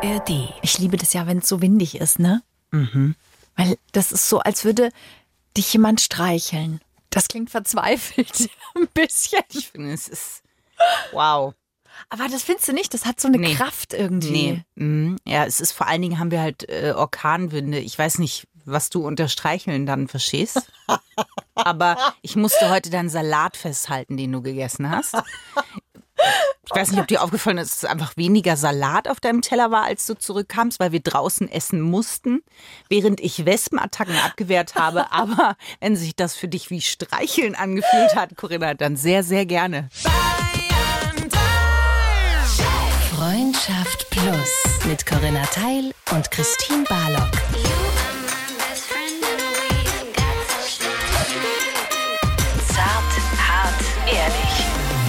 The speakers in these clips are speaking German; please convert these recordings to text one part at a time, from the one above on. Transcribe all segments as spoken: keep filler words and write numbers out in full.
A R D. Ich liebe das ja, wenn es so windig ist, ne? Mhm. Weil das ist so, als würde dich jemand streicheln. Das klingt verzweifelt. Ein bisschen. Ich finde, es ist wow. Aber das findest du nicht? Das hat so eine Nee. Kraft irgendwie. Nee. Mhm. Ja, es ist vor allen Dingen, haben wir halt äh, Orkanwinde. Ich weiß nicht, was du unter Streicheln dann verstehst. Aber ich musste heute deinen Salat festhalten, den du gegessen hast. Ich weiß nicht, ob dir aufgefallen ist, dass es einfach weniger Salat auf deinem Teller war, als du zurückkamst, weil wir draußen essen mussten, während ich Wespenattacken abgewehrt habe. Aber wenn sich das für dich wie Streicheln angefühlt hat, Corinna, dann sehr, sehr gerne. Freundschaft Plus mit Corinna Teil und Christine Barlock. Zart, hart, ehrlich.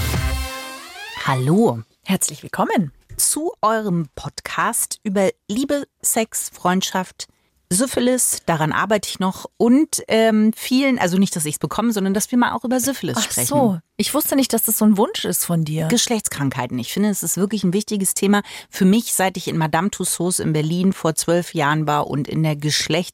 Hallo Herzlich willkommen. zu eurem Podcast über Liebe, Sex, Freundschaft, Syphilis, daran arbeite ich noch und ähm, vielen, also nicht, dass ich es bekomme, sondern dass wir mal auch über Syphilis Ach sprechen. so, ich wusste nicht, dass das so ein Wunsch ist von dir. Geschlechtskrankheiten. Ich finde, es ist wirklich ein wichtiges Thema für mich, seit ich in Madame Tussauds in Berlin vor zwölf Jahren war und in der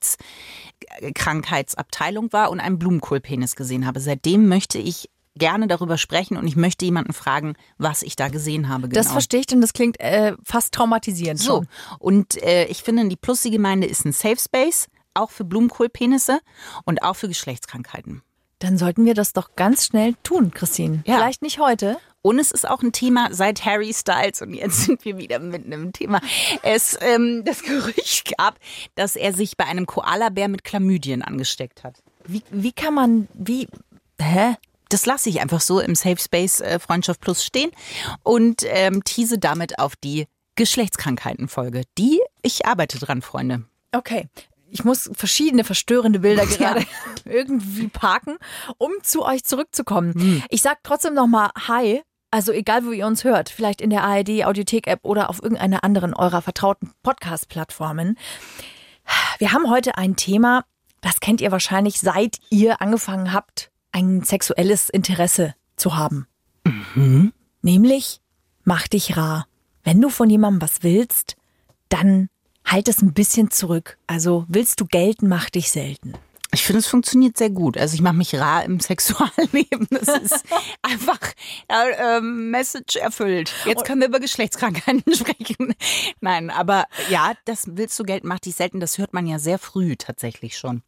Geschlechtskrankheitsabteilung war und einen Blumenkohlpenis gesehen habe. Seitdem möchte ich gerne darüber sprechen und ich möchte jemanden fragen, was ich da gesehen habe. Genau. Das verstehe ich, denn das klingt äh, fast traumatisierend So, schon. und äh, ich finde, die Plus-Gemeinde ist ein Safe Space, auch für Blumenkohlpenisse und auch für Geschlechtskrankheiten. Dann sollten wir das doch ganz schnell tun, Christine. Ja. Vielleicht nicht heute. Und es ist auch ein Thema seit Harry Styles, und jetzt sind wir wieder mit einem Thema, es ähm, das Gerücht gab, dass er sich bei einem Koalabär mit Chlamydien angesteckt hat. Wie, wie kann man, wie, hä? Das lasse ich einfach so im Safe Space äh, Freundschaft Plus stehen und ähm, tease damit auf die Geschlechtskrankheitenfolge. Die, ich arbeite dran, Freunde. Okay. Ich muss verschiedene verstörende Bilder Ja. gerade irgendwie parken, um zu euch zurückzukommen. Hm. Ich sag trotzdem nochmal Hi. Also egal, wo ihr uns hört, vielleicht in der A R D Audiothek-App oder auf irgendeiner anderen eurer vertrauten Podcast-Plattformen. Wir haben heute ein Thema, das kennt ihr wahrscheinlich, seit ihr angefangen habt, ein sexuelles Interesse zu haben. Mhm. Nämlich, mach dich rar. Wenn du von jemandem was willst, dann halt es ein bisschen zurück. Also willst du gelten, mach dich selten. Ich finde, es funktioniert sehr gut. Also ich mache mich rar im Sexualleben. Das ist einfach äh, äh, Message erfüllt. Jetzt können wir über Geschlechtskrankheiten sprechen. Nein, aber ja, das willst du gelten, mach dich selten. Das hört man ja sehr früh tatsächlich schon.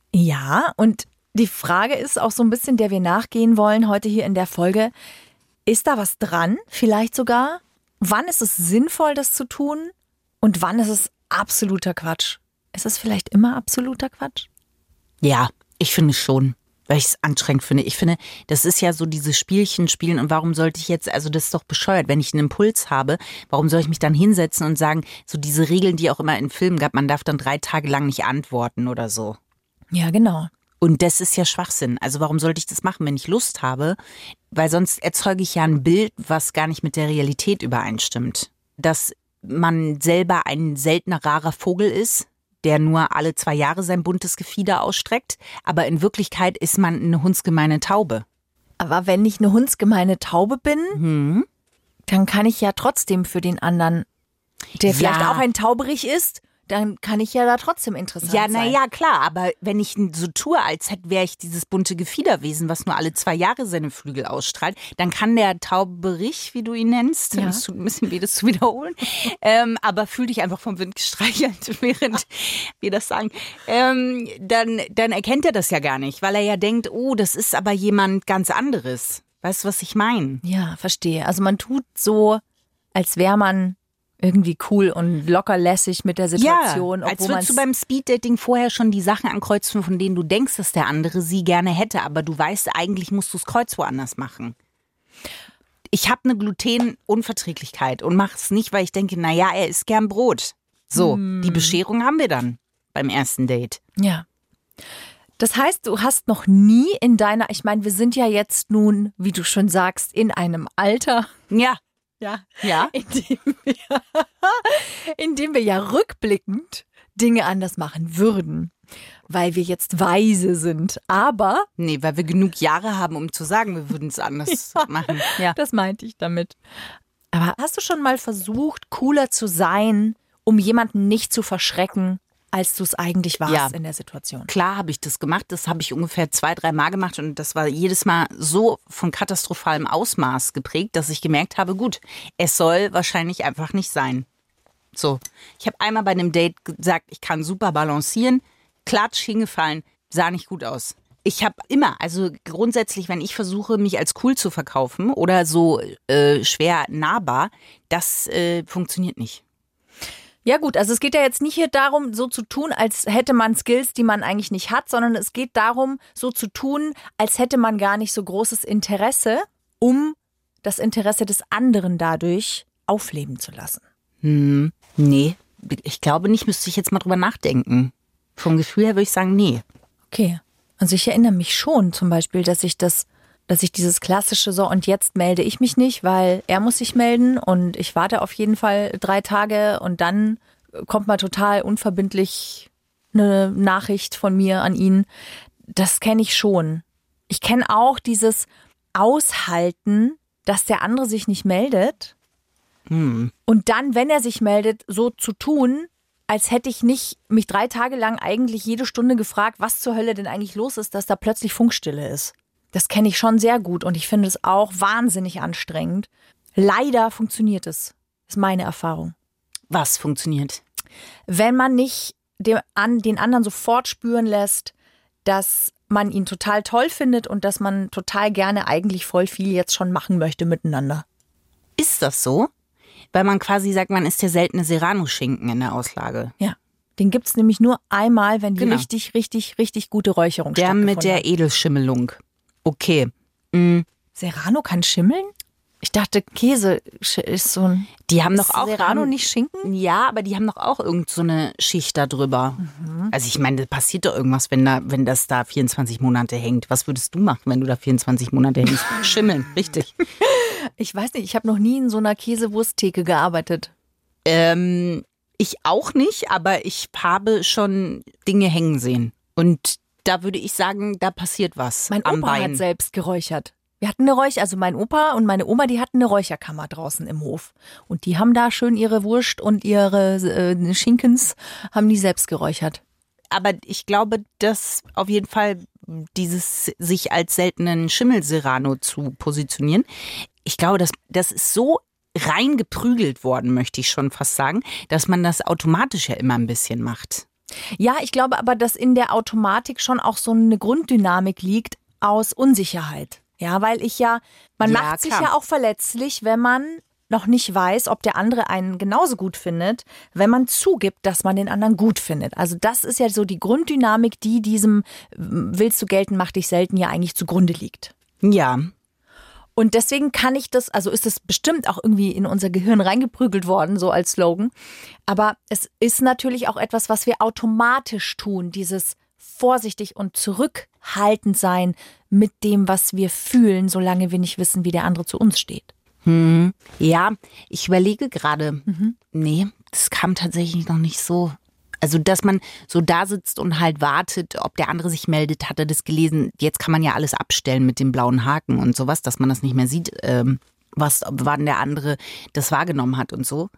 Ja, und die Frage ist auch so ein bisschen, der wir nachgehen wollen heute hier in der Folge. Ist da was dran? Vielleicht sogar? Wann ist es sinnvoll, das zu tun? Und wann ist es absoluter Quatsch? Ist es vielleicht immer absoluter Quatsch? Ja, ich finde schon, weil ich es anstrengend finde. Ich finde, das ist ja so dieses Spielchen spielen und warum sollte ich jetzt, also das ist doch bescheuert, wenn ich einen Impuls habe, warum soll ich mich dann hinsetzen und sagen, so diese Regeln, die auch immer in Filmen gab, man darf dann drei Tage lang nicht antworten oder so. Ja, genau. Und das ist ja Schwachsinn. Also warum sollte ich das machen, wenn ich Lust habe? Weil sonst erzeuge ich ja ein Bild, was gar nicht mit der Realität übereinstimmt. Dass man selber ein seltener, rarer Vogel ist, der nur alle zwei Jahre sein buntes Gefieder ausstreckt. Aber in Wirklichkeit ist man eine hundsgemeine Taube. Aber wenn ich eine hundsgemeine Taube bin, Hm? dann kann ich ja trotzdem für den anderen, der vielleicht Ja. auch ein Tauberich ist, dann kann ich ja da trotzdem interessant Ja, sein. na ja, klar, aber wenn ich so tue, als hätte wäre ich dieses bunte Gefiederwesen, was nur alle zwei Jahre seine Flügel ausstrahlt, dann kann der Tauberich, wie du ihn nennst, Ja. es tut ein bisschen weh, das zu wiederholen, ähm, aber fühl dich einfach vom Wind gestreichelt, während wir das sagen, ähm, dann, dann erkennt er das ja gar nicht, weil er ja denkt, oh, das ist aber jemand ganz anderes. Weißt du, was ich meine? Ja, verstehe. Also man tut so, als wäre man irgendwie cool und lockerlässig mit der Situation. Ja, als obwohl würdest du man's- beim Speeddating vorher schon die Sachen ankreuzen, von denen du denkst, dass der andere sie gerne hätte, aber du weißt, eigentlich musst du das Kreuz woanders machen. Ich habe eine Glutenunverträglichkeit und mache es nicht, weil ich denke, naja, er isst gern Brot. So, Hm. die Bescherung haben wir dann beim ersten Date. Ja. Das heißt, du hast noch nie in deiner, ich meine, wir sind ja jetzt nun, wie du schon sagst, in einem Alter, Ja, ja, ja. in dem wir, in dem wir ja rückblickend Dinge anders machen würden, weil wir jetzt weise sind. Aber, Nee, weil wir genug Jahre haben, um zu sagen, wir würden es anders machen. Ja. das meinte ich damit. Aber hast du schon mal versucht, cooler zu sein um jemanden nicht zu verschrecken, als du es eigentlich warst Ja. in der Situation. Klar habe ich das gemacht. Das habe ich ungefähr zwei, drei Mal gemacht. Und das war jedes Mal so von katastrophalem Ausmaß geprägt, dass ich gemerkt habe, gut, es soll wahrscheinlich einfach nicht sein. So, ich habe einmal bei einem Date gesagt, ich kann super balancieren. Klatsch, hingefallen, sah nicht gut aus. Ich habe immer, also grundsätzlich, wenn ich versuche, mich als cool zu verkaufen oder so äh, schwer nahbar, das äh, funktioniert nicht. Ja gut, also es geht ja jetzt nicht hier darum, so zu tun, als hätte man Skills, die man eigentlich nicht hat, sondern es geht darum, so zu tun, als hätte man gar nicht so großes Interesse, um das Interesse des anderen dadurch aufleben zu lassen. Hm, nee, ich glaube nicht, müsste ich jetzt mal drüber nachdenken. Vom Gefühl her würde ich sagen, nee. Okay, also ich erinnere mich schon zum Beispiel, dass ich das, dass ich dieses klassische so und jetzt melde ich mich nicht, weil er muss sich melden und ich warte auf jeden Fall drei Tage und dann kommt mal total unverbindlich eine Nachricht von mir an ihn. Das kenne ich schon. Ich kenne auch dieses Aushalten, dass der andere sich nicht meldet Hm. und dann, wenn er sich meldet, so zu tun, als hätte ich nicht mich drei Tage lang eigentlich jede Stunde gefragt, was zur Hölle denn eigentlich los ist, dass da plötzlich Funkstille ist. Das kenne ich schon sehr gut und ich finde es auch wahnsinnig anstrengend. Leider funktioniert es, ist meine Erfahrung. Was funktioniert? Wenn man nicht dem, an, den anderen sofort spüren lässt, dass man ihn total toll findet und dass man total gerne eigentlich voll viel jetzt schon machen möchte miteinander. Ist das so? Weil man quasi sagt, man ist der seltene Serrano-Schinken in der Auslage. Ja, den gibt's nämlich nur einmal, wenn die Genau. richtig, richtig, richtig gute Räucherung Der stattgefunden mit der hat. Edelschimmelung. Okay. Mm, Serrano kann schimmeln? Ich dachte, Käse sch- ist so ein... Die haben Ist doch auch Serrano haben- nicht Schinken? Ja, aber die haben doch auch irgend so eine Schicht da drüber. Mhm. Also ich meine, da passiert doch irgendwas, wenn da, wenn das da vierundzwanzig Monate hängt. Was würdest du machen, wenn du da vierundzwanzig Monate hängst? Schimmeln, richtig. Ich weiß nicht, ich habe noch nie in so einer Käsewursttheke gearbeitet. Ähm, ich auch nicht, aber ich habe schon Dinge hängen sehen. Und da würde ich sagen, da passiert was Mein am Opa Bein. hat selbst geräuchert. Wir hatten eine Räuch, also mein Opa und meine Oma, die hatten eine Räucherkammer draußen im Hof. Und die haben da schön ihre Wurst und ihre äh, Schinkens, haben die selbst geräuchert. Aber ich glaube, dass auf jeden Fall dieses sich als seltenen Schimmel-Serrano zu positionieren, ich glaube, das, das ist so reingeprügelt worden, möchte ich schon fast sagen, dass man das automatisch ja immer ein bisschen macht. Ja, ich glaube aber, dass in der Automatik schon auch so eine Grunddynamik liegt aus Unsicherheit. Ja, weil ich ja, man Ja, macht sich klar. ja auch verletzlich, wenn man noch nicht weiß, ob der andere einen genauso gut findet, wenn man zugibt, dass man den anderen gut findet. Also das ist ja so die Grunddynamik, die diesem willst du gelten, mach dich selten ja eigentlich zugrunde liegt. Ja, Und deswegen kann ich das, also ist es bestimmt auch irgendwie in unser Gehirn reingeprügelt worden, so als Slogan. Aber es ist natürlich auch etwas, was wir automatisch tun, dieses vorsichtig und zurückhaltend sein mit dem, was wir fühlen, solange wir nicht wissen, wie der andere zu uns steht. hm. ja, ich überlege gerade, Mhm. nee, das kam tatsächlich noch nicht so. Also, dass man so da sitzt und halt wartet, ob der andere sich meldet, hat er das gelesen. Jetzt kann man ja alles abstellen mit dem blauen Haken und sowas, dass man das nicht mehr sieht, ähm, was, wann der andere das wahrgenommen hat und so.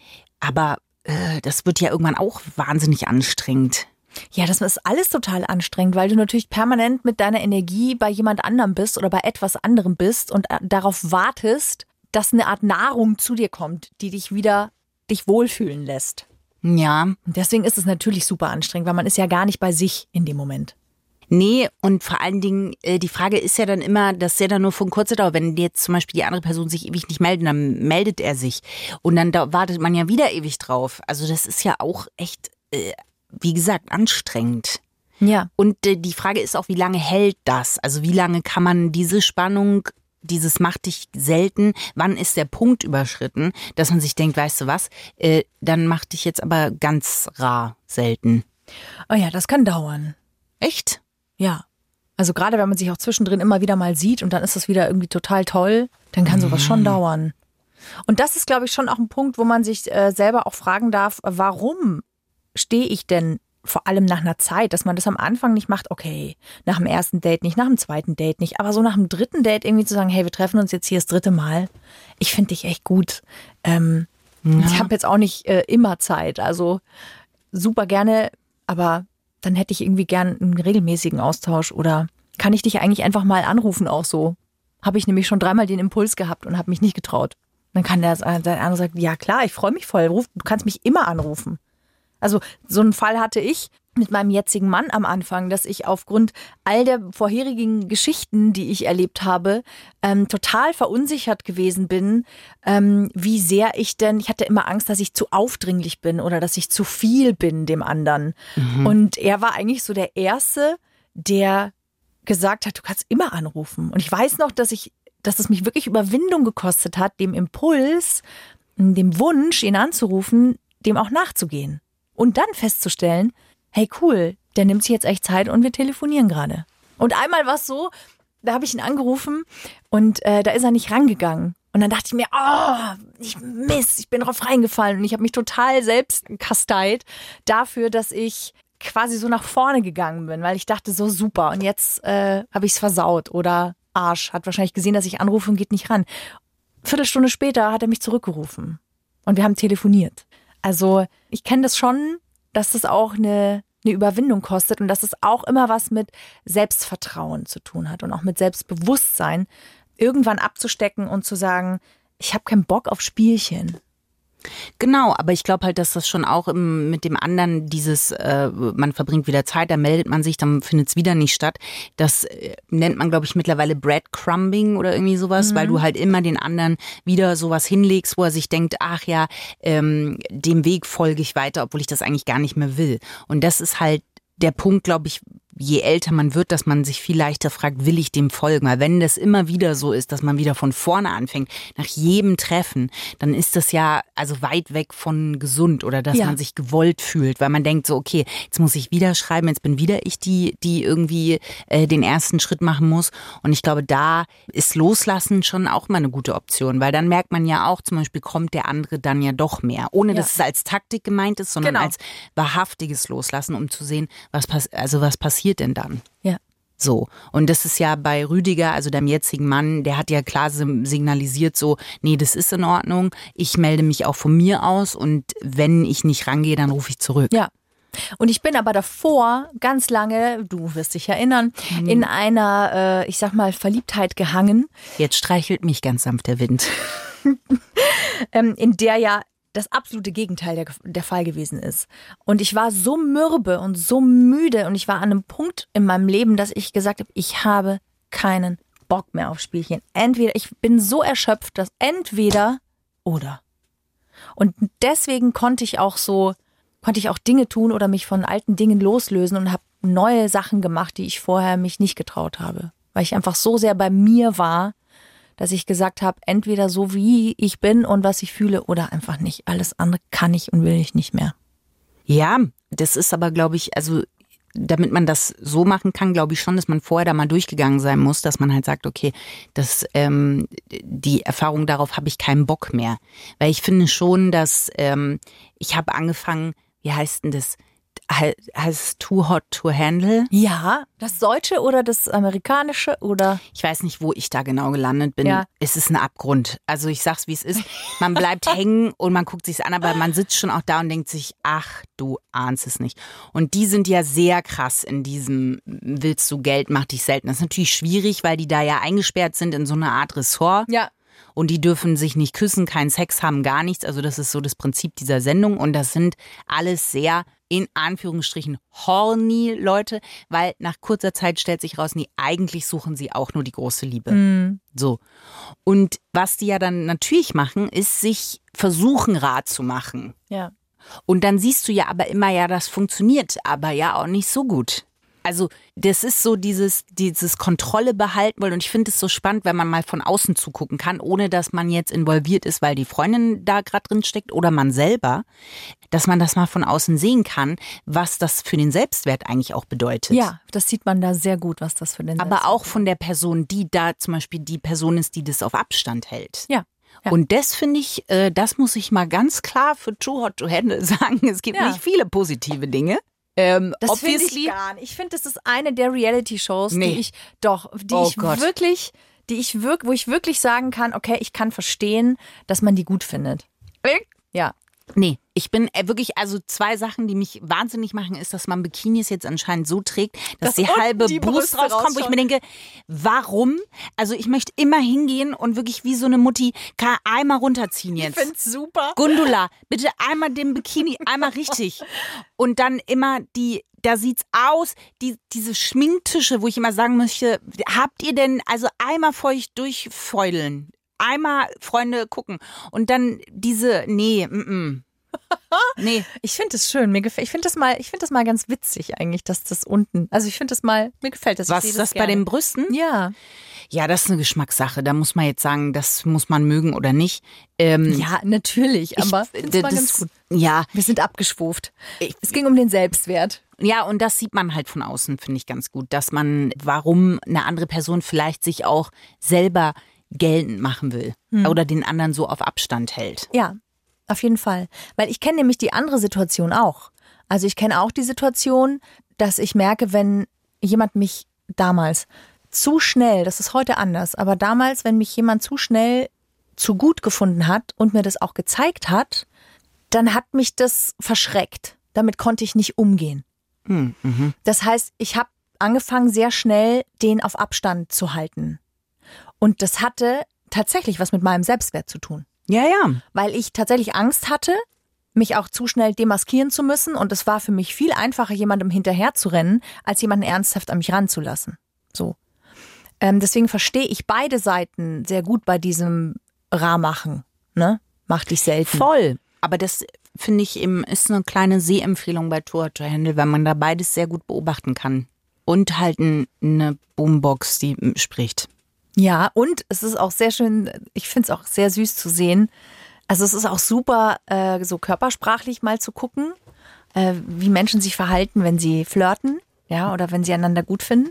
Aber äh, das wird ja irgendwann auch wahnsinnig anstrengend. Ja, das ist alles total anstrengend, weil du natürlich permanent mit deiner Energie bei jemand anderem bist oder bei etwas anderem bist und äh, darauf wartest, dass eine Art Nahrung zu dir kommt, die dich wieder dich wohlfühlen lässt. Ja, Und deswegen ist es natürlich super anstrengend, weil man ist ja gar nicht bei sich in dem Moment. nee, und vor allen Dingen, äh, die Frage ist ja dann immer, das ist ja dann nur von kurzer Dauer. Wenn jetzt zum Beispiel die andere Person sich ewig nicht meldet, dann meldet er sich. Und dann da wartet man ja wieder ewig drauf. Also das ist ja auch echt, äh, wie gesagt, anstrengend. Ja. Und äh, die Frage ist auch, wie lange hält das? Also wie lange kann man diese Spannung, dieses macht dich selten, wann ist der Punkt überschritten, dass man sich denkt, weißt du was, äh, dann macht dich jetzt aber ganz rar selten. Oh ja, das kann dauern. Echt? Ja. Also gerade wenn man sich auch zwischendrin immer wieder mal sieht und dann ist das wieder irgendwie total toll, dann kann sowas schon dauern. Und das ist, glaube ich, schon auch ein Punkt, wo man sich äh, selber auch fragen darf, warum stehe ich denn vor allem nach einer Zeit, dass man das am Anfang nicht macht, okay, nach dem ersten Date nicht, nach dem zweiten Date nicht, aber so nach dem dritten Date irgendwie zu sagen, hey, wir treffen uns jetzt hier das dritte Mal. Ich finde dich echt gut. Ähm, Ja. Ich habe jetzt auch nicht äh, immer Zeit, also super gerne, aber dann hätte ich irgendwie gern einen regelmäßigen Austausch oder kann ich dich eigentlich einfach mal anrufen auch so? Habe ich nämlich schon dreimal den Impuls gehabt und habe mich nicht getraut. Dann kann der, der andere sagen, ja klar, ich freue mich voll, ruf, du kannst mich immer anrufen. Also so einen Fall hatte ich mit meinem jetzigen Mann am Anfang, dass ich aufgrund all der vorherigen Geschichten, die ich erlebt habe, ähm, total verunsichert gewesen bin, ähm, wie sehr ich denn, ich hatte immer Angst, dass ich zu aufdringlich bin oder dass ich zu viel bin dem anderen. Mhm. Und er war eigentlich so der Erste, der gesagt hat, du kannst immer anrufen. Und ich weiß noch, dass ich, dass es mich wirklich Überwindung gekostet hat, dem Impuls, dem Wunsch, ihn anzurufen, dem auch nachzugehen. Und dann festzustellen, hey cool, der nimmt sich jetzt echt Zeit und wir telefonieren gerade. Und einmal war es so, da habe ich ihn angerufen und äh, da ist er nicht rangegangen. Und dann dachte ich mir, oh, ich Mist, ich bin drauf reingefallen. Und ich habe mich total selbst kasteit dafür, dass ich quasi so nach vorne gegangen bin, weil ich dachte, so super. Und jetzt äh, habe ich es versaut. Oder Arsch, hat wahrscheinlich gesehen, dass ich anrufe und geht nicht ran. Viertelstunde später hat er mich zurückgerufen. Und wir haben telefoniert. Also ich kenne das schon, dass das auch eine, eine Überwindung kostet und dass es auch immer was mit Selbstvertrauen zu tun hat und auch mit Selbstbewusstsein, irgendwann abzustecken und zu sagen, ich habe keinen Bock auf Spielchen. Genau, aber ich glaube halt, dass das schon auch im, mit dem anderen dieses, äh, man verbringt wieder Zeit, da meldet man sich, dann findet es wieder nicht statt. Das äh, nennt man, glaube ich, mittlerweile Breadcrumbing oder irgendwie sowas, mhm. weil du halt immer den anderen wieder sowas hinlegst, wo er sich denkt, ach ja, ähm, dem Weg folge ich weiter, obwohl ich das eigentlich gar nicht mehr will. Und das ist halt der Punkt, glaube ich, je älter man wird, dass man sich viel leichter fragt, will ich dem folgen? Weil wenn das immer wieder so ist, dass man wieder von vorne anfängt, nach jedem Treffen, dann ist das ja also weit weg von gesund oder dass ja. man sich gewollt fühlt, weil man denkt so, okay, jetzt muss ich wieder schreiben, jetzt bin wieder ich die, die irgendwie äh, den ersten Schritt machen muss. Und ich glaube, da ist Loslassen schon auch mal eine gute Option, weil dann merkt man ja auch, zum Beispiel kommt der andere dann ja doch mehr, ohne ja. dass es als Taktik gemeint ist, sondern genau. als wahrhaftiges Loslassen, um zu sehen, was pass- also was passiert denn dann? Ja. So. Und das ist ja bei Rüdiger, also deinem jetzigen Mann, der hat ja klar signalisiert so, nee, das ist in Ordnung. Ich melde mich auch von mir aus und wenn ich nicht rangehe, dann rufe ich zurück. Ja. Und ich bin aber davor ganz lange, du wirst dich erinnern, mhm. in einer, äh, ich sag mal, Verliebtheit gehangen. Jetzt streichelt mich ganz sanft der Wind. ähm, in der ja das absolute Gegenteil der, der Fall gewesen ist. Und ich war so mürbe und so müde und ich war an einem Punkt in meinem Leben, dass ich gesagt habe, ich habe keinen Bock mehr auf Spielchen. Entweder, ich bin so erschöpft, dass entweder oder. Und deswegen konnte ich auch so, konnte ich auch Dinge tun oder mich von alten Dingen loslösen und habe neue Sachen gemacht, die ich vorher mich nicht getraut habe. Weil ich einfach so sehr bei mir war, dass ich gesagt habe, entweder so wie ich bin und was ich fühle oder einfach nicht. Alles andere kann ich und will ich nicht mehr. Ja, das ist aber, glaube ich, also damit man das so machen kann, glaube ich schon, dass man vorher da mal durchgegangen sein muss, dass man halt sagt, okay, das, ähm, die Erfahrung darauf habe ich keinen Bock mehr. Weil ich finde schon, dass ähm, ich habe angefangen, wie heißt denn das? Heißt es Too Hot to Handle? Ja, das Deutsche oder das Amerikanische oder? Ich weiß nicht, wo ich da genau gelandet bin. Ja. Es ist ein Abgrund. Also ich sag's, wie es ist. Man bleibt hängen und man guckt sich's an, aber man sitzt schon auch da und denkt sich, ach, du ahnst es nicht. Und die sind ja sehr krass in diesem, willst du Geld, mach dich selten. Das ist natürlich schwierig, weil die da ja eingesperrt sind in so eine Art Ressort. Ja. Und die dürfen sich nicht küssen, keinen Sex haben, gar nichts. Also das ist so das Prinzip dieser Sendung. Und das sind alles sehr, in Anführungsstrichen, horny Leute, weil nach kurzer Zeit stellt sich raus, nee, eigentlich suchen sie auch nur die große Liebe. Mhm. So. Und was die ja dann natürlich machen, ist sich versuchen, Rat zu machen. Ja. Und dann siehst du ja aber immer, ja, das funktioniert, aber ja auch nicht so gut. Also das ist so dieses, dieses Kontrolle behalten wollen und ich finde es so spannend, wenn man mal von außen zugucken kann, ohne dass man jetzt involviert ist, weil die Freundin da gerade drin steckt oder man selber, dass man das mal von außen sehen kann, was das für den Selbstwert eigentlich auch bedeutet. Ja, das sieht man da sehr gut, was das für den Selbstwert Aber auch von der Person, die da zum Beispiel die Person ist, die das auf Abstand hält. Ja. Ja. Und das finde ich, äh, das muss ich mal ganz klar für Too Hot to Handle sagen, es gibt ja. nicht viele positive Dinge. Ähm, das finde ich gar nicht. Ich finde, das ist eine der Reality-Shows, nee. die ich doch, die oh ich Gott. wirklich, die ich wirk, wo ich wirklich sagen kann, okay, ich kann verstehen, dass man die gut findet. Ja. Nee, ich bin äh, wirklich, also zwei Sachen, die mich wahnsinnig machen, ist, dass man Bikinis jetzt anscheinend so trägt, dass, dass die halbe die Brust rauskommt, wo ich mir denke, warum? Also ich möchte immer hingehen und wirklich wie so eine Mutti kann einmal runterziehen jetzt. Ich find's super. Gundula, bitte einmal den Bikini, einmal richtig. Und dann immer die, da sieht's aus, die, diese Schminktische, wo ich immer sagen möchte, habt ihr denn, also einmal feucht durchfäudeln. Einmal, Freunde, gucken. Und dann diese, nee, mm, mm. nee. Ich finde es schön. Mir gefällt, ich finde das mal, ich finde das mal ganz witzig eigentlich, dass das unten, also ich finde das mal, mir gefällt das. Was, das, das bei den Brüsten? Ja. Ja, das ist eine Geschmackssache. Da muss man jetzt sagen, das muss man mögen oder nicht. Ähm, ja, natürlich, aber ich, das das, war ganz gut. Ja. Wir sind abgeschwuft. Ich, es ging um den Selbstwert. Ja, und das sieht man halt von außen, finde ich ganz gut, dass man, warum eine andere Person vielleicht sich auch selber geltend machen will hm. oder den anderen so auf Abstand hält. Ja, auf jeden Fall. Weil ich kenne nämlich die andere Situation auch. Also ich kenne auch die Situation, dass ich merke, wenn jemand mich damals zu schnell, das ist heute anders, aber damals, wenn mich jemand zu schnell zu gut gefunden hat und mir das auch gezeigt hat, dann hat mich das verschreckt. Damit konnte ich nicht umgehen. Hm, mhm. Das heißt, ich habe angefangen, sehr schnell den auf Abstand zu halten. Und das hatte tatsächlich was mit meinem Selbstwert zu tun. Ja, ja. Weil ich tatsächlich Angst hatte, mich auch zu schnell demaskieren zu müssen. Und es war für mich viel einfacher, jemandem hinterher zu rennen, als jemanden ernsthaft an mich ranzulassen. So. Ähm, deswegen verstehe ich beide Seiten sehr gut bei diesem Rar-Machen. Ne? Mach dich selten. Voll. Aber das, finde ich, eben ist eine kleine Sehempfehlung bei Too Hot to Handle, weil man da beides sehr gut beobachten kann. Und halt eine Boombox, die spricht. Ja, und es ist auch sehr schön, ich finde es auch sehr süß zu sehen. Also es ist auch super, äh, so körpersprachlich mal zu gucken, äh, wie Menschen sich verhalten, wenn sie flirten, ja, oder wenn sie einander gut finden.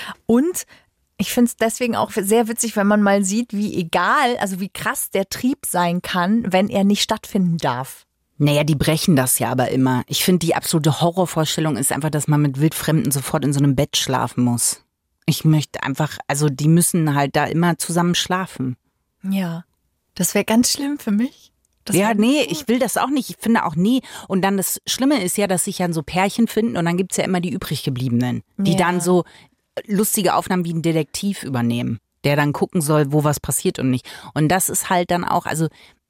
Und ich finde es deswegen auch sehr witzig, wenn man mal sieht, wie egal, also wie krass der Trieb sein kann, wenn er nicht stattfinden darf. Naja, die brechen das ja aber immer. Ich finde, die absolute Horrorvorstellung ist einfach, dass man mit Wildfremden sofort in so einem Bett schlafen muss. Ich möchte einfach, also die müssen halt da immer zusammen schlafen. Ja, das wäre ganz schlimm für mich. Das ja, nee, ich will das auch nicht. Ich finde auch nie. Und dann das Schlimme ist ja, dass sich dann so Pärchen finden und dann gibt's ja immer die übriggebliebenen, die ja. dann so lustige Aufnahmen wie ein Detektiv übernehmen, der dann gucken soll, wo was passiert und nicht. Und das ist halt dann auch, also,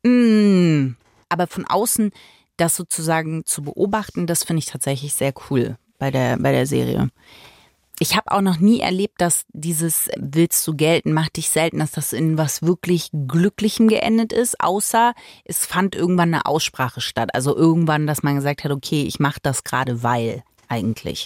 mh, aber von außen das sozusagen zu beobachten, das finde ich tatsächlich sehr cool bei der, bei der Serie. Ich habe auch noch nie erlebt, dass dieses willst du gelten, mach dich selten, dass das in was wirklich Glücklichem geendet ist, außer es fand irgendwann eine Aussprache statt. Also irgendwann, dass man gesagt hat, okay, ich mache das gerade, weil eigentlich.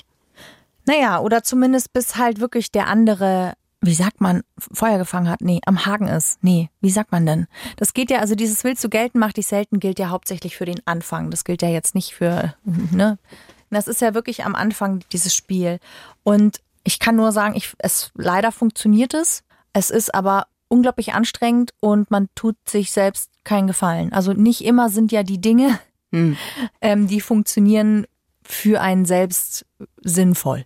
Naja, oder zumindest bis halt wirklich der andere, wie sagt man, Feuer gefangen hat? Nee, am Haken ist. Nee, wie sagt man denn? Das geht ja, also dieses willst du gelten, mach dich selten gilt ja hauptsächlich für den Anfang. Das gilt ja jetzt nicht für, ne? Das ist ja wirklich am Anfang dieses Spiel. Und ich kann nur sagen, ich, es leider funktioniert es. Es ist aber unglaublich anstrengend und man tut sich selbst keinen Gefallen. Also nicht immer sind ja die Dinge, hm. ähm, die funktionieren für einen selbst sinnvoll.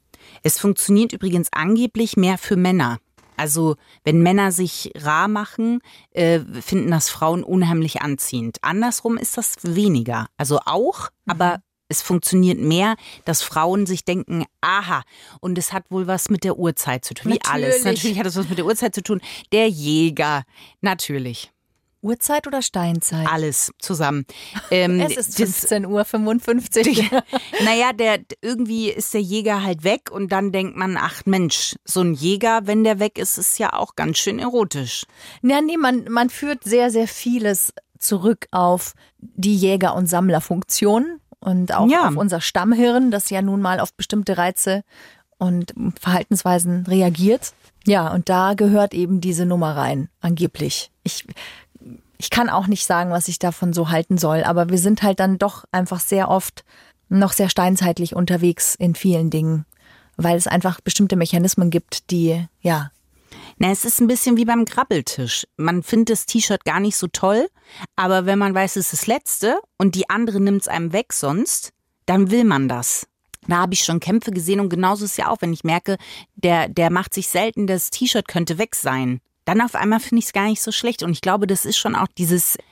Es funktioniert übrigens angeblich mehr für Männer. Also wenn Männer sich rar machen, äh, finden das Frauen unheimlich anziehend. Andersrum ist das weniger. Also auch, mhm. aber es funktioniert mehr, dass Frauen sich denken, aha, und es hat wohl was mit der Uhrzeit zu tun. Wie natürlich. alles. Natürlich hat es was mit der Uhrzeit zu tun. Der Jäger, natürlich. Uhrzeit oder Steinzeit? Alles zusammen. Ähm, es ist fünfzehn Uhr fünfundfünfzig. Naja, der, irgendwie ist der Jäger halt weg und dann denkt man, ach Mensch, so ein Jäger, wenn der weg ist, ist ja auch ganz schön erotisch. Ja, nee, man, man führt sehr, sehr vieles zurück auf die Jäger- und Sammlerfunktion. Und auch ja. auf unser Stammhirn, das ja nun mal auf bestimmte Reize und Verhaltensweisen reagiert. Ja, und da gehört eben diese Nummer rein, angeblich. Ich, ich kann auch nicht sagen, was ich davon so halten soll, aber wir sind halt dann doch einfach sehr oft noch sehr steinzeitlich unterwegs in vielen Dingen, weil es einfach bestimmte Mechanismen gibt, die, ja... Na, es ist ein bisschen wie beim Grabbeltisch. Man findet das T-Shirt gar nicht so toll, aber wenn man weiß, es ist das letzte und die andere nimmt es einem weg sonst, dann will man das. Da habe ich schon Kämpfe gesehen und genauso ist es ja auch, wenn ich merke, der, der macht sich selten, das T-Shirt könnte weg sein. Dann auf einmal finde ich es gar nicht so schlecht und ich glaube, das ist schon auch dieses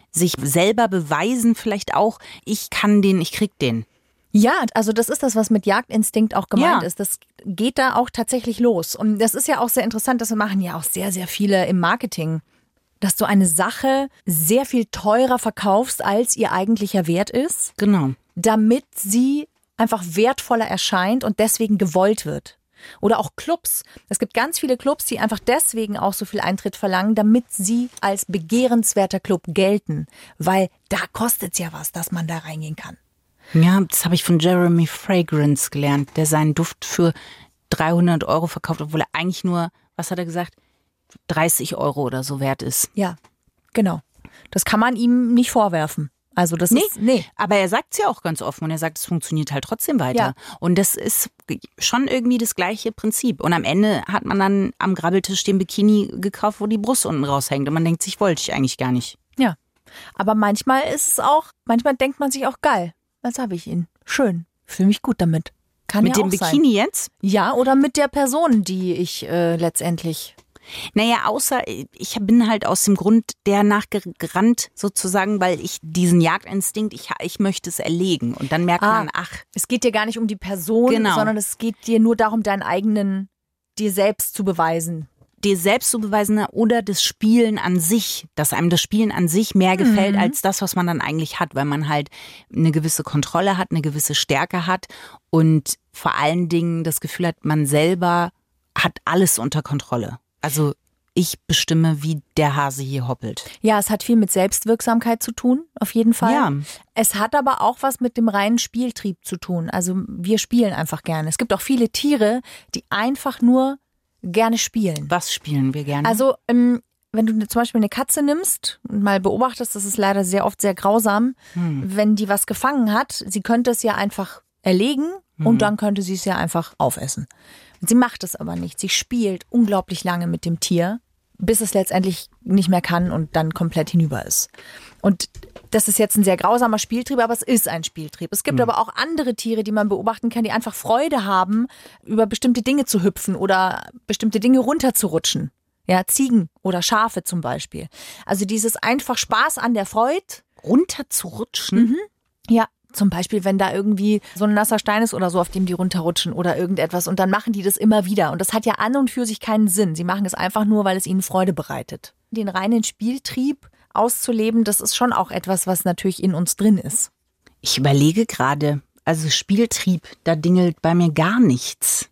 sich selber beweisen vielleicht auch, ich kann den, ich krieg den. Ja, also das ist das, was mit Jagdinstinkt auch gemeint Ja. ist. Das geht da auch tatsächlich los. Und das ist ja auch sehr interessant, das machen ja auch sehr, sehr viele im Marketing, dass du eine Sache sehr viel teurer verkaufst, als ihr eigentlicher Wert ist, Genau. damit sie einfach wertvoller erscheint und deswegen gewollt wird. Oder auch Clubs. Es gibt ganz viele Clubs, die einfach deswegen auch so viel Eintritt verlangen, damit sie als begehrenswerter Club gelten. Weil da kostet es ja was, dass man da reingehen kann. Ja, das habe ich von Jeremy Fragrance gelernt, der seinen Duft für dreihundert Euro verkauft, obwohl er eigentlich nur, was hat er gesagt, dreißig Euro oder so wert ist. Ja, genau. Das kann man ihm nicht vorwerfen. Also das Nee, ist, nee. aber er sagt es ja auch ganz offen und er sagt, es funktioniert halt trotzdem weiter. Ja. Und das ist schon irgendwie das gleiche Prinzip. Und am Ende hat man dann am Grabbeltisch den Bikini gekauft, wo die Brust unten raushängt. Und man denkt sich, wollte ich eigentlich gar nicht. Ja. Aber manchmal ist es auch, manchmal denkt man sich auch, geil, jetzt habe ich ihn. Schön. Fühle mich gut damit. Kann Mit ja dem auch sein. Bikini jetzt? Ja, oder mit der Person, die ich äh, letztendlich. Naja, außer ich bin halt aus dem Grund der nachgerannt sozusagen, weil ich diesen Jagdinstinkt, ich, ich möchte es erlegen. Und dann merkt Ah. man, ach, Es geht dir gar nicht um die Person, Genau. sondern es geht dir nur darum, deinen eigenen, dir selbst zu beweisen. dir selbst zu beweisen oder das Spielen an sich, dass einem das Spielen an sich mehr gefällt Mhm. als das, was man dann eigentlich hat, weil man halt eine gewisse Kontrolle hat, eine gewisse Stärke hat und vor allen Dingen das Gefühl hat, man selber hat alles unter Kontrolle. Also ich bestimme, wie der Hase hier hoppelt. Ja, es hat viel mit Selbstwirksamkeit zu tun, auf jeden Fall. Ja. Es hat aber auch was mit dem reinen Spieltrieb zu tun. Also wir spielen einfach gerne. Es gibt auch viele Tiere, die einfach nur gerne spielen. Was spielen wir gerne? Also ähm, wenn du zum Beispiel eine Katze nimmst und mal beobachtest, das ist leider sehr oft sehr grausam, Hm. wenn die was gefangen hat, sie könnte es ja einfach erlegen Hm. und dann könnte sie es ja einfach aufessen. Sie macht es aber nicht. Sie spielt unglaublich lange mit dem Tier, bis es letztendlich nicht mehr kann und dann komplett hinüber ist. Und das ist jetzt ein sehr grausamer Spieltrieb, aber es ist ein Spieltrieb. Es gibt Mhm. aber auch andere Tiere, die man beobachten kann, die einfach Freude haben, über bestimmte Dinge zu hüpfen oder bestimmte Dinge runterzurutschen. Ja, Ziegen oder Schafe zum Beispiel. Also dieses einfach Spaß an der Freude. runter zu rutschen? Ja, zum Beispiel, wenn da irgendwie so ein nasser Stein ist oder so, auf dem die runterrutschen oder irgendetwas. Und dann machen die das immer wieder. Und das hat ja an und für sich keinen Sinn. Sie machen es einfach nur, weil es ihnen Freude bereitet. Den reinen Spieltrieb auszuleben, das ist schon auch etwas, was natürlich in uns drin ist. Ich überlege gerade, also Spieltrieb, da dingelt bei mir gar nichts.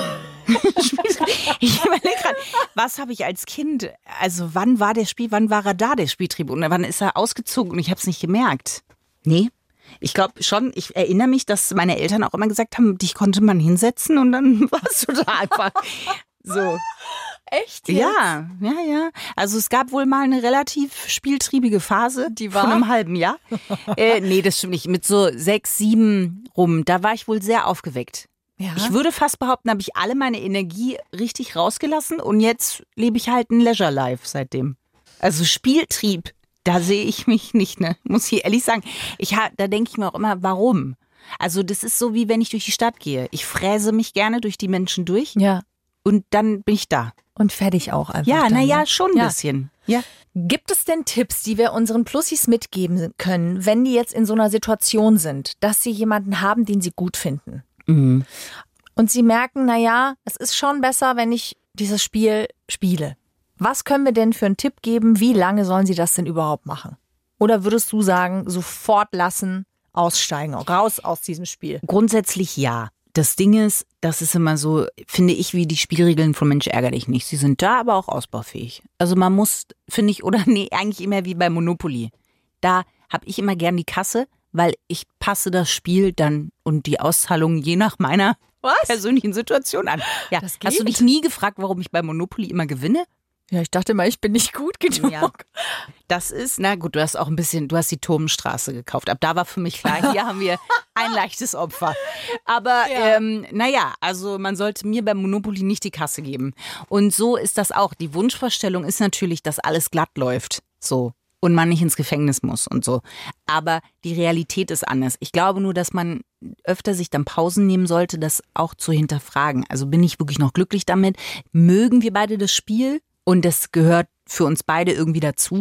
Ich überlege gerade, was habe ich als Kind, also wann war der Spiel, wann war er da, der Spieltrieb und wann ist er ausgezogen und ich habe es nicht gemerkt. Nee, ich glaube schon, ich erinnere mich, dass meine Eltern auch immer gesagt haben, dich konnte man hinsetzen und dann warst du da einfach so. Echt? Ja, ja, ja. Also es gab wohl mal eine relativ spieltriebige Phase. Die war? Von einem halben Jahr. äh, nee, das stimmt nicht. Mit so sechs, sieben rum, da war ich wohl sehr aufgeweckt. Ja. Ich würde fast behaupten, habe ich alle meine Energie richtig rausgelassen und jetzt lebe ich halt ein Leisure Life seitdem. Also Spieltrieb, da sehe ich mich nicht, ne? Muss ich ehrlich sagen. Ich ha, da denke ich mir auch immer, warum? Also das ist so, wie wenn ich durch die Stadt gehe. Ich fräse mich gerne durch die Menschen durch Ja. und dann bin ich da. Und fertig auch einfach. Ja, dann, naja, ne? schon ein Ja. bisschen. Ja. Gibt es denn Tipps, die wir unseren Plussis mitgeben können, wenn die jetzt in so einer Situation sind, dass sie jemanden haben, den sie gut finden? Mhm. Und sie merken, naja, es ist schon besser, wenn ich dieses Spiel spiele. Was können wir denn für einen Tipp geben? Wie lange sollen sie das denn überhaupt machen? Oder würdest du sagen, sofort lassen, aussteigen, raus aus diesem Spiel? Grundsätzlich ja. Das Ding ist, das ist immer so, finde ich, wie die Spielregeln von Mensch ärger dich nicht. Sie sind da, aber auch ausbaufähig. Also man muss, finde ich, oder nee, eigentlich immer wie bei Monopoly. Da habe ich immer gern die Kasse, weil ich passe das Spiel dann und die Auszahlung je nach meiner Was? persönlichen Situation an. Ja, Das hast du geht. dich nie gefragt, warum ich bei Monopoly immer gewinne? Ja, ich dachte mal, ich bin nicht gut genug. Ja. Das ist, na gut, du hast auch ein bisschen, du hast die Turmstraße gekauft. Ab da war für mich klar, hier haben wir ein leichtes Opfer. Aber Ja. ähm, naja, also man sollte mir beim Monopoly nicht die Kasse geben. Und so ist das auch. Die Wunschvorstellung ist natürlich, dass alles glatt läuft. So. Und man nicht ins Gefängnis muss und so. Aber die Realität ist anders. Ich glaube nur, dass man öfter sich dann Pausen nehmen sollte, das auch zu hinterfragen. Also bin ich wirklich noch glücklich damit? Mögen wir beide das Spiel? Und das gehört für uns beide irgendwie dazu?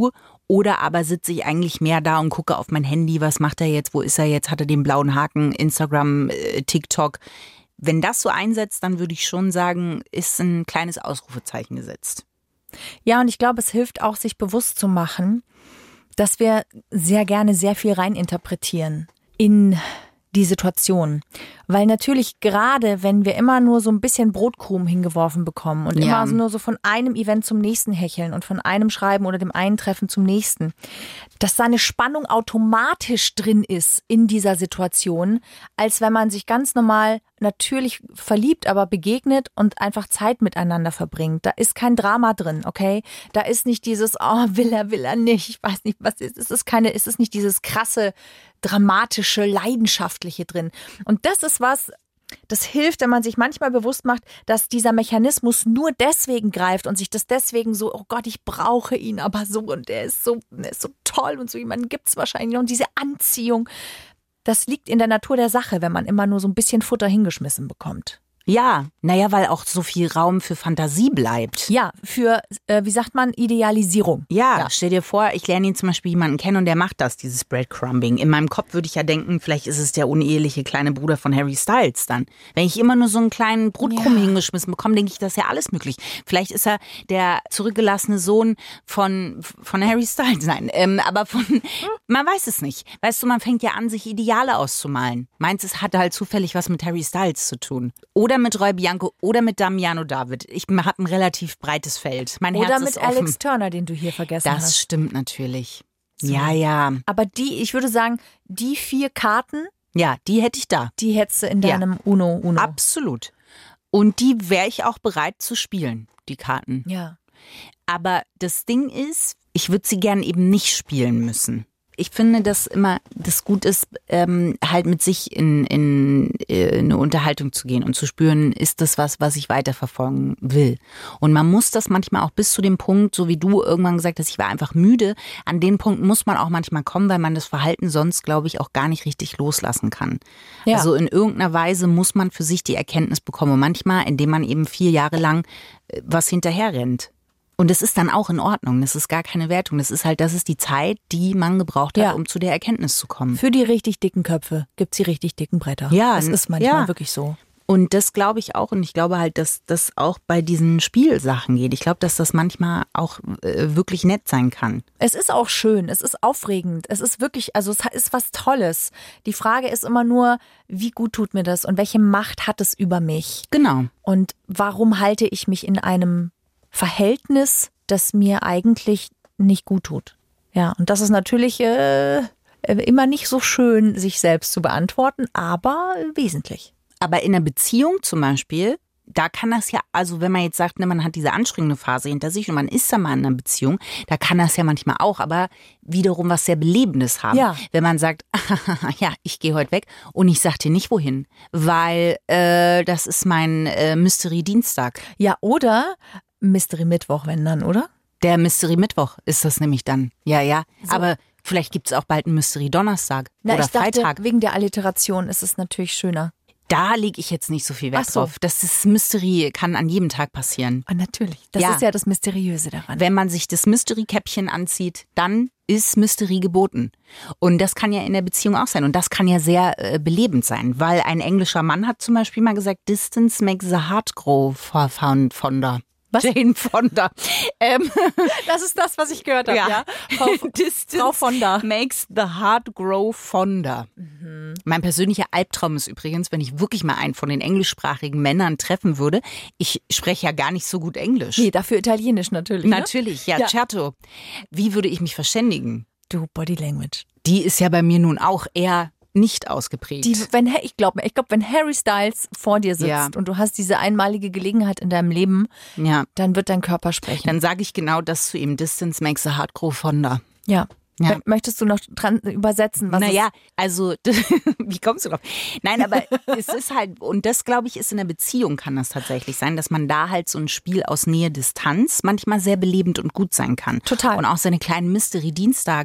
Oder aber sitze ich eigentlich mehr da und gucke auf mein Handy, was macht er jetzt, wo ist er jetzt, hat er den blauen Haken, Instagram, äh, TikTok. Wenn das so einsetzt, dann würde ich schon sagen, ist ein kleines Ausrufezeichen gesetzt. Ja, und ich glaube, es hilft auch, sich bewusst zu machen, dass wir sehr gerne sehr viel reininterpretieren in die Situation. Weil natürlich gerade, wenn wir immer nur so ein bisschen Brotkrumen hingeworfen bekommen und Ja. immer nur so von einem Event zum nächsten hecheln und von einem Schreiben oder dem einen Treffen zum nächsten, dass da eine Spannung automatisch drin ist in dieser Situation, als wenn man sich ganz normal natürlich verliebt, aber begegnet und einfach Zeit miteinander verbringt. Da ist kein Drama drin, okay? Da ist nicht dieses, oh, will er, will er nicht, ich weiß nicht, was ist. Es ist keine, es ist nicht dieses krasse, dramatische, leidenschaftliche drin. Und das ist was, das hilft, wenn man sich manchmal bewusst macht, dass dieser Mechanismus nur deswegen greift und sich das deswegen so, oh Gott, ich brauche ihn aber so und der ist so, der ist so toll und so jemanden gibt es wahrscheinlich noch. Und diese Anziehung, das liegt in der Natur der Sache, wenn man immer nur so ein bisschen Futter hingeschmissen bekommt. Ja, naja, weil auch so viel Raum für Fantasie bleibt. Ja, für, äh, wie sagt man, Idealisierung. Ja, Ja. stell dir vor, ich lerne ihn zum Beispiel jemanden kennen und der macht das, dieses Breadcrumbing. In meinem Kopf würde ich ja denken, vielleicht ist es der uneheliche kleine Bruder von Harry Styles dann. Wenn ich immer nur so einen kleinen Brotkrumm Ja. hingeschmissen bekomme, denke ich, das ist ja alles möglich. Vielleicht ist er der zurückgelassene Sohn von, von Harry Styles. Nein, ähm, aber von, man weiß es nicht. Weißt du, man fängt ja an, sich Ideale auszumalen. Meins, es hat halt zufällig was mit Harry Styles zu tun. Oder mit Roy Bianco oder mit Damiano David. Ich habe ein relativ breites Feld. Mein Oder Herz mit ist offen. Alex Turner, den du hier vergessen Das hast. stimmt natürlich. Ja, ja. Aber die, ich würde sagen, die vier Karten, Ja, die hätte ich da. die hättest du in Ja. deinem Uno Uno. Absolut. Und die wäre ich auch bereit zu spielen, die Karten. Ja. Aber das Ding ist, ich würde sie gern eben nicht spielen müssen. Ich finde, dass immer das gut ist, ähm, halt mit sich in, in, in eine Unterhaltung zu gehen und zu spüren, ist das was, was ich weiterverfolgen will. Und man muss das manchmal auch bis zu dem Punkt, so wie du irgendwann gesagt hast, ich war einfach müde, an den Punkt muss man auch manchmal kommen, weil man das Verhalten sonst, glaube ich, auch gar nicht richtig loslassen kann. Ja. Also in irgendeiner Weise muss man für sich die Erkenntnis bekommen. Und manchmal, indem man eben vier Jahre lang äh, was hinterher rennt. Und das ist dann auch in Ordnung. Das ist gar keine Wertung. Das ist halt, das ist die Zeit, die man gebraucht hat, Ja. um zu der Erkenntnis zu kommen. Für die richtig dicken Köpfe gibt's die richtig dicken Bretter. Ja, das ist manchmal ja. wirklich so. Und das glaube ich auch. Und ich glaube halt, dass das auch bei diesen Spielsachen geht. Ich glaube, dass das manchmal auch äh, wirklich nett sein kann. Es ist auch schön, es ist aufregend, es ist wirklich, also es ist was Tolles. Die Frage ist immer nur, wie gut tut mir das und welche Macht hat es über mich? Genau. Und warum halte ich mich in einem Verhältnis, das mir eigentlich nicht gut tut? Ja, und das ist natürlich äh, immer nicht so schön, sich selbst zu beantworten, aber wesentlich. Aber in einer Beziehung zum Beispiel, da kann das ja, also wenn man jetzt sagt, ne, man hat diese anstrengende Phase hinter sich und man ist da mal in einer Beziehung, da kann das ja manchmal auch, aber wiederum was sehr Belebendes haben. Ja. Wenn man sagt, ja, ich gehe heute weg und ich sag dir nicht wohin, weil äh, das ist mein äh, Mystery-Dienstag. Ja, oder Mystery Mittwoch, wenn dann, oder? Der Mystery-Mittwoch ist das nämlich dann. Ja, ja, aber vielleicht gibt es auch bald einen Mystery-Donnerstag Na, oder ich dachte, Freitag. wegen der Alliteration ist es natürlich schöner. Da lege ich jetzt nicht so viel Wert Ach so. drauf. Das ist Mystery, kann an jedem Tag passieren. Und natürlich, das Ja. ist ja das Mysteriöse daran. Wenn man sich das Mystery-Käppchen anzieht, dann ist Mystery geboten. Und das kann ja in der Beziehung auch sein. Und das kann ja sehr äh, belebend sein. Weil ein englischer Mann hat zum Beispiel mal gesagt, Distance makes the heart grow fonder. Was? Jane Fonda. Ähm, Das ist das, was ich gehört habe, ja. Frau, Distance Frau Fonda. makes the heart grow fonder. Mhm. Mein persönlicher Albtraum ist übrigens, wenn ich wirklich mal einen von den englischsprachigen Männern treffen würde. Ich spreche ja gar nicht so gut Englisch. Nee, dafür Italienisch natürlich. Ne? Natürlich, ja, Ja. certo. Wie würde ich mich verständigen? Du, Body Language. Die ist ja bei mir nun auch eher nicht ausgeprägt. Die, wenn, ich glaube, ich glaub, wenn Harry Styles vor dir sitzt Ja. und du hast diese einmalige Gelegenheit in deinem Leben, ja, dann wird dein Körper sprechen. dann sage ich genau das zu ihm. Distance makes the heart grow fonder. Ja. Ja. M- Möchtest du noch dran übersetzen? Was Naja, also, wie kommst du drauf? Nein, aber es ist halt, und das glaube ich ist in der Beziehung kann das tatsächlich sein, dass man da halt so ein Spiel aus Nähe, Distanz manchmal sehr belebend und gut sein kann. Total. Und auch seine kleinen Mystery-Dienstage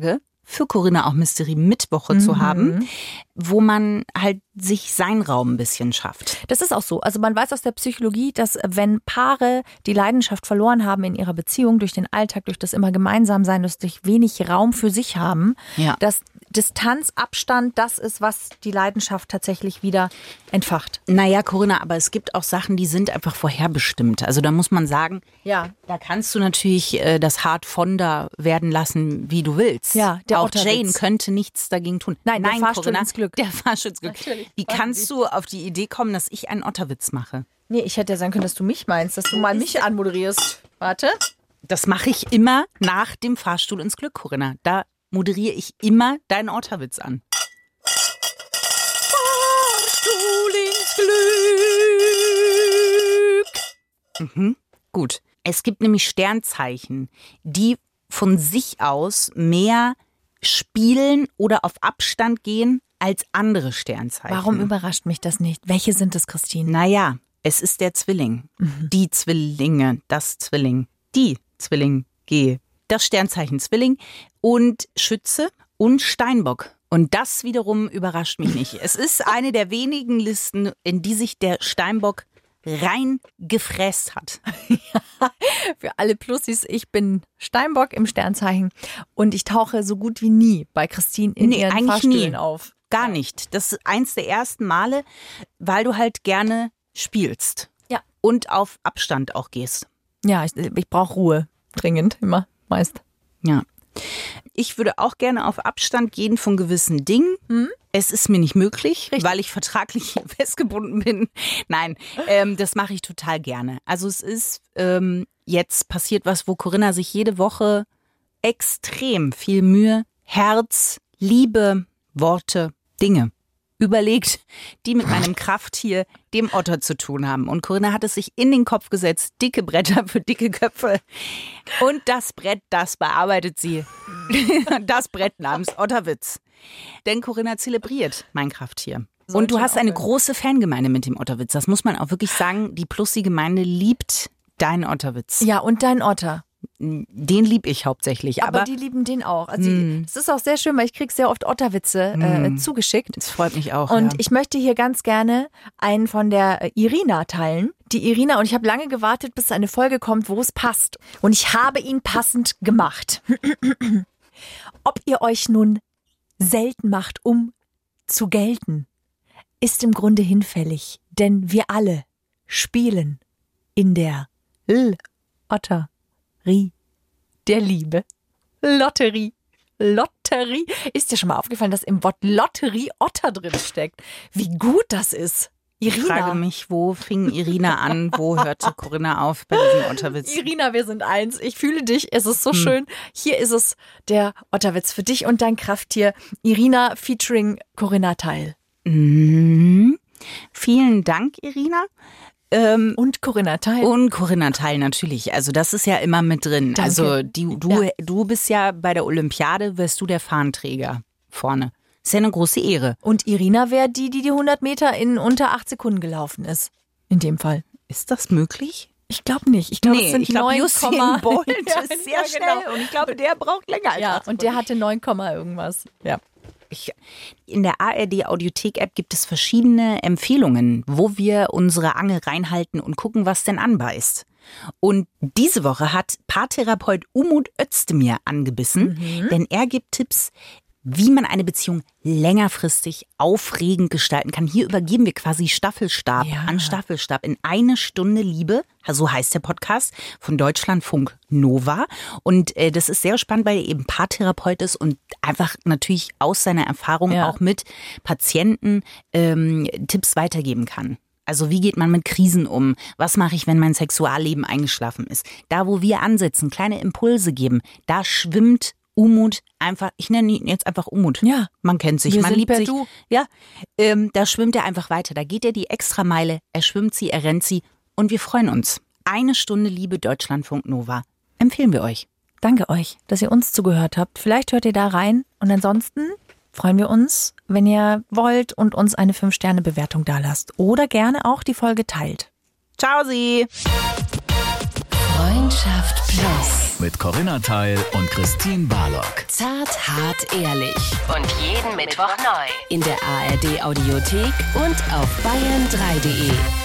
für Corinna auch Mystery Mittwoche mhm. zu haben, wo man halt sich seinen Raum ein bisschen schafft. Das ist auch so. Also man weiß aus der Psychologie, dass wenn Paare die Leidenschaft verloren haben in ihrer Beziehung, durch den Alltag, durch das immer Gemeinsamsein, durch wenig Raum für sich haben, ja. dass Distanz, Abstand, das ist, was die Leidenschaft tatsächlich wieder entfacht. Naja, Corinna, aber es gibt auch Sachen, die sind einfach vorherbestimmt. Also da muss man sagen, ja. da kannst du natürlich äh, das hart von da werden lassen, wie du willst. Ja, der auch Otterwitz. Jane könnte nichts dagegen tun. Nein, der Nein Fahrstuhl Corinna, ins Glück. Der Fahrstuhl ins Glück. Natürlich. Wie kannst du auf die Idee kommen, dass ich einen Otterwitz mache? Nee, ich hätte ja sagen können, dass du mich meinst, dass du mal mich anmoderierst. Warte. Das mache ich immer nach dem Fahrstuhl ins Glück, Corinna. Da moderiere ich immer deinen Otterwitz an. Fahrstuhl ins Glück. Mhm, gut. Es gibt nämlich Sternzeichen, die von sich aus mehr spielen oder auf Abstand gehen als andere Sternzeichen. Warum überrascht mich das nicht? Welche sind es, Christine? Naja, es ist der Zwilling. Mhm. Die Zwillinge, das Zwilling, die Zwilling, G. Das Sternzeichen Zwilling und Schütze und Steinbock. Und das wiederum überrascht mich nicht. Es ist eine der wenigen Listen, in die sich der Steinbock rein gefräst hat. Ja, für alle Plussis, ich bin Steinbock im Sternzeichen und ich tauche so gut wie nie bei Christine in nee, ihren Fahrstühlen nie. auf. Gar nicht. Das ist eins der ersten Male, weil du halt gerne spielst. Ja. Und auf Abstand auch gehst. Ja, ich, ich brauche Ruhe. Dringend, immer, meist. Ja. Ich würde auch gerne auf Abstand gehen von gewissen Dingen. Hm? Es ist mir nicht möglich, Richtig. weil ich vertraglich festgebunden bin. Nein, ähm, das mache ich total gerne. Also es ist ähm, jetzt passiert was, wo Corinna sich jede Woche extrem viel Mühe, Herz, Liebe, Worte, Dinge überlegt, die mit meinem Krafttier, dem Otter, zu tun haben. Und Corinna hat es sich in den Kopf gesetzt, dicke Bretter für dicke Köpfe. Und das Brett, das bearbeitet sie. Das Brett namens Otterwitz. Denn Corinna zelebriert mein Krafttier. Soll Und du hast eine große Fangemeinde mit dem Otterwitz. Das muss man auch wirklich sagen. Die Plussi-Gemeinde liebt deinen Otterwitz. Ja, und deinen Otter. Den lieb ich hauptsächlich. Aber, aber die lieben den auch. Also mm. es ist auch sehr schön, weil ich kriege sehr oft Otterwitze äh, mm. zugeschickt. Das freut mich auch. Und ja. ich möchte hier ganz gerne einen von der Irina teilen. Die Irina, und ich habe lange gewartet, bis eine Folge kommt, wo es passt. Und ich habe ihn passend gemacht. Ob ihr euch nun selten macht, um zu gelten, ist im Grunde hinfällig. Denn wir alle spielen in der L-Otter. Der Liebe. Lotterie. Lotterie. Ist dir schon mal aufgefallen, dass im Wort Lotterie Otter drin steckt? Wie gut das ist. Irina. Ich frage mich, wo fing Irina an, wo hörte Corinna auf bei diesem Otterwitz? Irina, wir sind eins. Ich fühle dich. Es ist so hm. schön. Hier ist es, der Otterwitz für dich und dein Krafttier. Irina featuring Corinna Teil. Mhm. Vielen Dank, Irina. Ähm, und Corinna Teil. Und Corinna Teil natürlich. Also das ist ja immer mit drin. Danke. Also die, du, ja. du bist ja bei der Olympiade, wirst du der Fahnenträger vorne. Ist ja eine große Ehre. Und Irina wäre die, die die hundert Meter in unter acht Sekunden gelaufen ist. In dem Fall. Ist das möglich? Ich glaube nicht. Ich glaube, nee, es sind ich glaube, Usain Bolt ja, ist sehr ja, schnell. genau. Und ich glaube, der braucht länger als Ja, und der hatte neun, irgendwas. Ja. Ich, in der A R D-Audiothek-App gibt es verschiedene Empfehlungen, wo wir unsere Angel reinhalten und gucken, was denn anbeißt. Und diese Woche hat Paartherapeut Umut Özdemir angebissen, mhm. denn er gibt Tipps, wie man eine Beziehung längerfristig aufregend gestalten kann. Hier übergeben wir quasi Staffelstab ja. an Staffelstab in eine Stunde Liebe. So heißt der Podcast von Deutschlandfunk Nova. Und äh, das ist sehr spannend, weil er eben Paartherapeut ist und einfach natürlich aus seiner Erfahrung ja. auch mit Patienten ähm, Tipps weitergeben kann. Also wie geht man mit Krisen um? Was mache ich, wenn mein Sexualleben eingeschlafen ist? Da, wo wir ansetzen, kleine Impulse geben, da schwimmt Umut einfach, ich nenne ihn jetzt einfach Umut. Ja. Man kennt sich, wir man sind liebt per sich. Du. Ja, ähm, da schwimmt er einfach weiter. Da geht er die Extrameile, er schwimmt sie, er rennt sie und wir freuen uns. Eine Stunde Liebe Deutschlandfunk Nova. Empfehlen wir euch. Danke euch, dass ihr uns zugehört habt. Vielleicht hört ihr da rein und ansonsten freuen wir uns, wenn ihr wollt und uns eine fünf Sterne Bewertung dalasst. Oder gerne auch die Folge teilt. Ciao Sie! Freundschaft Plus. mit Corinna Teil und Christine Barlock. Zart, hart, ehrlich. Und jeden Mittwoch neu. In der A R D Audiothek und auf bayern drei punkt de.